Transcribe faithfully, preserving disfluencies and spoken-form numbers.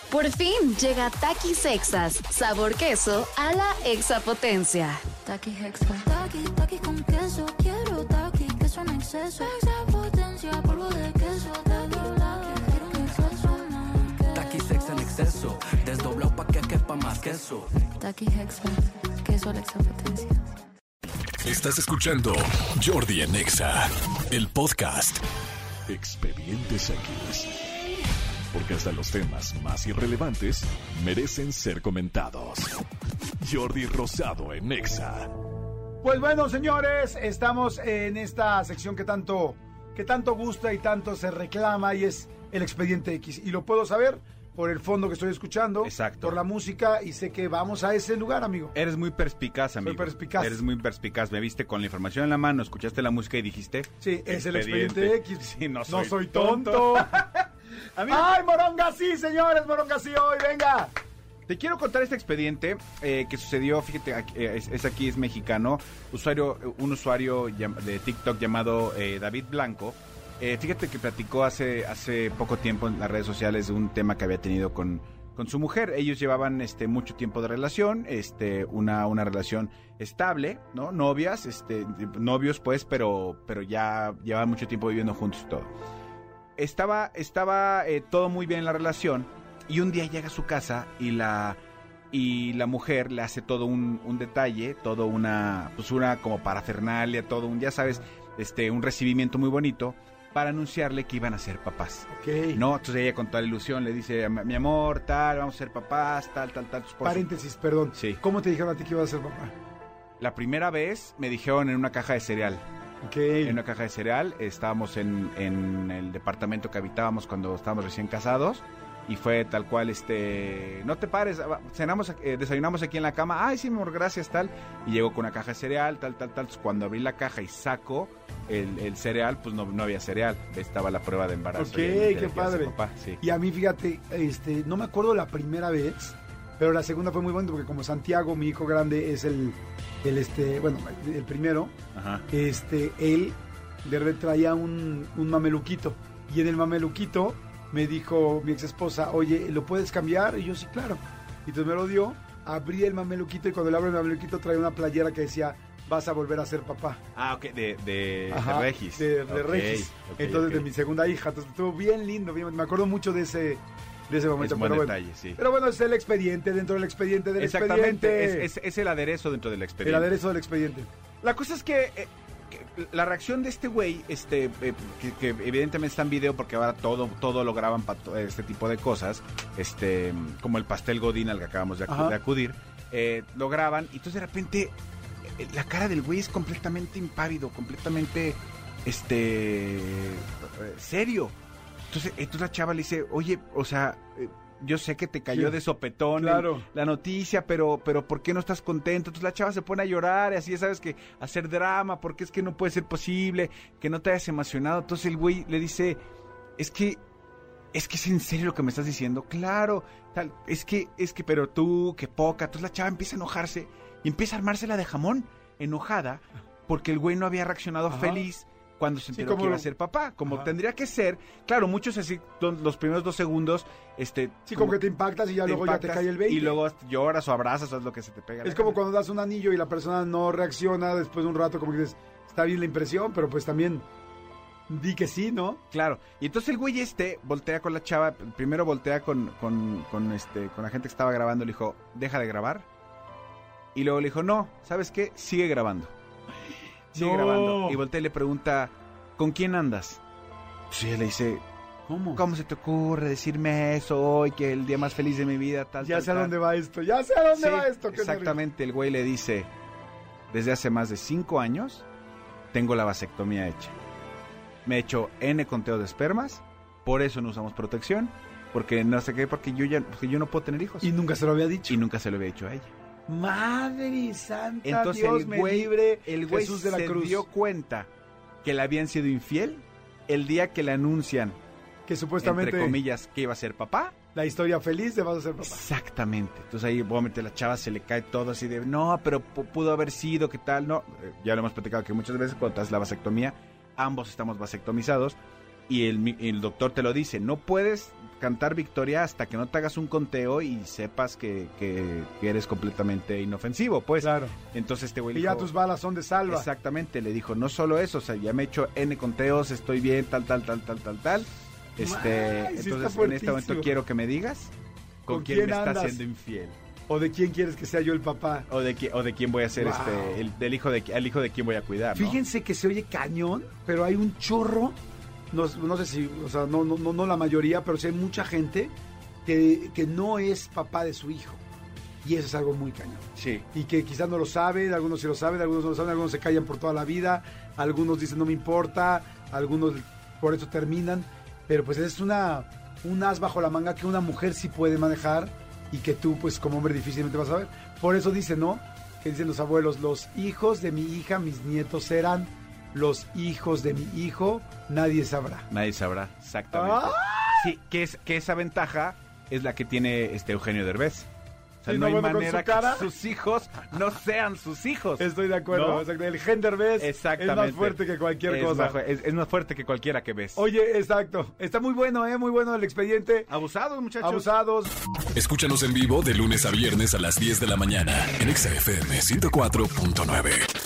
Por fin llega Takis Exas, sabor queso a la exapotencia. Takis Hexa. Takis, Takis con queso. Quiero Takis, queso en exceso. Exapotencia, polvo de queso. Takis, quiero un exceso más. Takis Hexa en exceso. Desdoblado pa' que quepa más queso. Takis Hexa, queso a la exapotencia. Estás escuchando Jordi en Exa, el podcast. Expedientes X. Porque hasta los temas más irrelevantes merecen ser comentados. Jordi Rosado en Exa. Pues bueno, señores, estamos en esta sección que tanto, que tanto gusta y tanto se reclama, y es el Expediente X. Y lo puedo saber por el fondo que estoy escuchando, exacto, por la música, y sé que vamos a ese lugar, amigo. Eres muy perspicaz, amigo. Soy perspicaz. Eres muy perspicaz. Me viste con la información en la mano, escuchaste la música y dijiste... Sí, es el Expediente X. Sí, no soy, no soy tonto. tonto. ¡Ay, Moronga, sí, señores! ¡Moronga, sí, hoy, venga! Te quiero contar este expediente eh, que sucedió, fíjate, eh, es, es aquí, es mexicano, usuario, un usuario de TikTok llamado eh, David Blanco. Eh, fíjate que platicó hace, hace poco tiempo en las redes sociales de un tema que había tenido con, con su mujer. Ellos llevaban este, mucho tiempo de relación, este, una, una relación estable, ¿no? Novias, este, novios pues, pero, pero ya llevaban mucho tiempo viviendo juntos y todo. Estaba, estaba eh, todo muy bien en la relación, y un día llega a su casa y la, y la mujer le hace todo un, un detalle, todo una, pues una como parafernalia, todo un, ya sabes, este, un recibimiento muy bonito para anunciarle que iban a ser papás. Okay. No, entonces ella con toda la ilusión le dice, mi amor, tal, vamos a ser papás, tal, tal, tal. Paréntesis, perdón. Sí. ¿Cómo te dijeron a ti que ibas a ser papá? La primera vez me dijeron en una caja de cereal. Okay. En una caja de cereal, estábamos en, en el departamento que habitábamos cuando estábamos recién casados, y fue tal cual, este, no te pares, cenamos, eh, desayunamos aquí en la cama, ay sí, mi amor, gracias, tal, y llegó con una caja de cereal, tal, tal, tal. Entonces, cuando abrí la caja y saco el, el cereal, pues no, no había cereal, estaba la prueba de embarazo. Ok, qué padre. Papá, sí. Y a mí, fíjate, este, no me acuerdo la primera vez, pero la segunda fue muy bonita, porque como Santiago, mi hijo grande, es el, el este, bueno, el primero, ajá, este, él de repente traía un, un mameluquito, y en el mameluquito me dijo mi ex esposa, oye, ¿lo puedes cambiar? Y yo, sí, claro. Y entonces me lo dio, abrí el mameluquito, y cuando le abro el mameluquito traía una playera que decía, vas a volver a ser papá. Ah, ok, de, de, Ajá, de Regis. De, de okay, Regis. okay, entonces, okay. de mi segunda hija. Entonces, estuvo bien lindo, bien, me acuerdo mucho de ese, de ese momento. Es un buen pero detalle, bueno, sí. Pero bueno, es el expediente, dentro del expediente del Exactamente, expediente. es, es, es el aderezo dentro del expediente. El aderezo del expediente. La cosa es que... Eh, la reacción de este güey, este, eh, que, que evidentemente está en video porque ahora todo, todo lo graban para este tipo de cosas, este, como el pastel Godín al que acabamos de, acu- de acudir, eh, lo graban, y entonces de repente eh, la cara del güey es completamente impávido, completamente, este, eh, serio. Entonces, entonces la chava le dice, oye, o sea... Eh, yo sé que te cayó sí, de sopetón claro, el, la noticia, pero, pero ¿por qué no estás contento? Entonces la chava se pone a llorar, y así, ya sabes, que hacer drama, porque es que no puede ser posible, que no te hayas emocionado. Entonces el güey le dice, es que, es que es en serio lo que me estás diciendo. Claro, tal, es que, es que, pero tú, que poca. Entonces la chava empieza a enojarse, y empieza a armársela de jamón, enojada, porque el güey no había reaccionado ajá, feliz cuando se enteró sí, como que iba a ser papá, como ajá, tendría que ser. Claro, muchos así, los primeros dos segundos, este... Sí, como, como que te impactas y ya luego ya te cae el veinte. Y luego lloras o abrazas, o es lo que se te pega. Es como cuando das un anillo y la persona no reacciona después de un rato, como que dices, está bien la impresión, pero pues también di que sí, ¿no? Claro, y entonces el güey este voltea con la chava, primero voltea con, con, con, este, con la gente que estaba grabando, le dijo, deja de grabar. Y luego le dijo, no, ¿sabes qué? Sigue grabando. Sigue no. grabando. Y voltea y le pregunta, ¿con quién andas? Pues ella le dice, ¿cómo? ¿Cómo se te ocurre decirme eso hoy, que el día más feliz de mi vida, tal, Ya tal, sé a tal. dónde va esto, ya sé a dónde sí, va esto. Qué exactamente, el güey le dice, desde hace más de cinco años, tengo la vasectomía hecha. Me he hecho N conteo de espermas, por eso no usamos protección, porque no sé qué, porque yo ya, porque yo no puedo tener hijos. Y nunca se lo había dicho. Y nunca se lo había dicho a ella. Madre santa, entonces Dios el me güey, libre, el güey Jesús de la se Cruz. dio cuenta que le habían sido infiel el día que le anuncian, que supuestamente, entre comillas, que iba a ser papá. La historia feliz de vas a ser papá. Exactamente. Entonces ahí, obviamente, la chava se le cae todo así de, no, pero pudo haber sido, ¿qué tal? No, ya lo hemos platicado que muchas veces cuando te haces la vasectomía, ambos estamos vasectomizados, y el, mi- el doctor te lo dice, no puedes cantar victoria hasta que no te hagas un conteo y sepas que, que, que eres completamente inofensivo, pues. Claro. Entonces este güey Y dijo, ya tus balas son de salva. exactamente, le dijo, no solo eso, o sea, ya me he hecho N conteos, estoy bien, tal, tal, tal, tal, tal, tal. Este, Ay, sí está entonces en este fuertísimo. momento quiero que me digas con, ¿Con quién, quién me está andas? haciendo infiel. ¿O de quién quieres que sea yo el papá? O de, qui- o de quién voy a ser Wow. este, el, del hijo de, qui- al hijo de quién voy a cuidar, ¿no? Fíjense que se oye cañón, pero hay un chorro, no, no sé si, o sea, no, no, no, no la mayoría, pero sí hay mucha gente que, que no es papá de su hijo. Y eso es algo muy cañón. Sí. Y que quizás no lo saben, algunos sí lo saben, algunos no lo saben, algunos se callan por toda la vida, algunos dicen no me importa, algunos por eso terminan, pero pues es una un as bajo la manga que una mujer sí puede manejar y que tú pues como hombre difícilmente vas a ver. Por eso dicen, ¿no? Que dicen los abuelos, los hijos de mi hija, mis nietos serán, los hijos de mi hijo, nadie sabrá. Nadie sabrá, exactamente. ¡Ah! Sí, que, es, que esa ventaja es la que tiene este Eugenio Derbez. O sea, Sí, no no, hay bueno, con manera su cara. que sus hijos no sean sus hijos. Estoy de acuerdo. ¿No? Exacto. El gender ves es Exactamente. más fuerte que cualquier es cosa. Más, fu- es, es más fuerte que cualquiera que ves. Oye, exacto. Está muy bueno, ¿eh? Muy bueno el expediente. Abusados, muchachos. Abusados. Escúchanos en vivo de lunes a viernes a las diez de la mañana en Exa F M ciento cuatro punto nueve.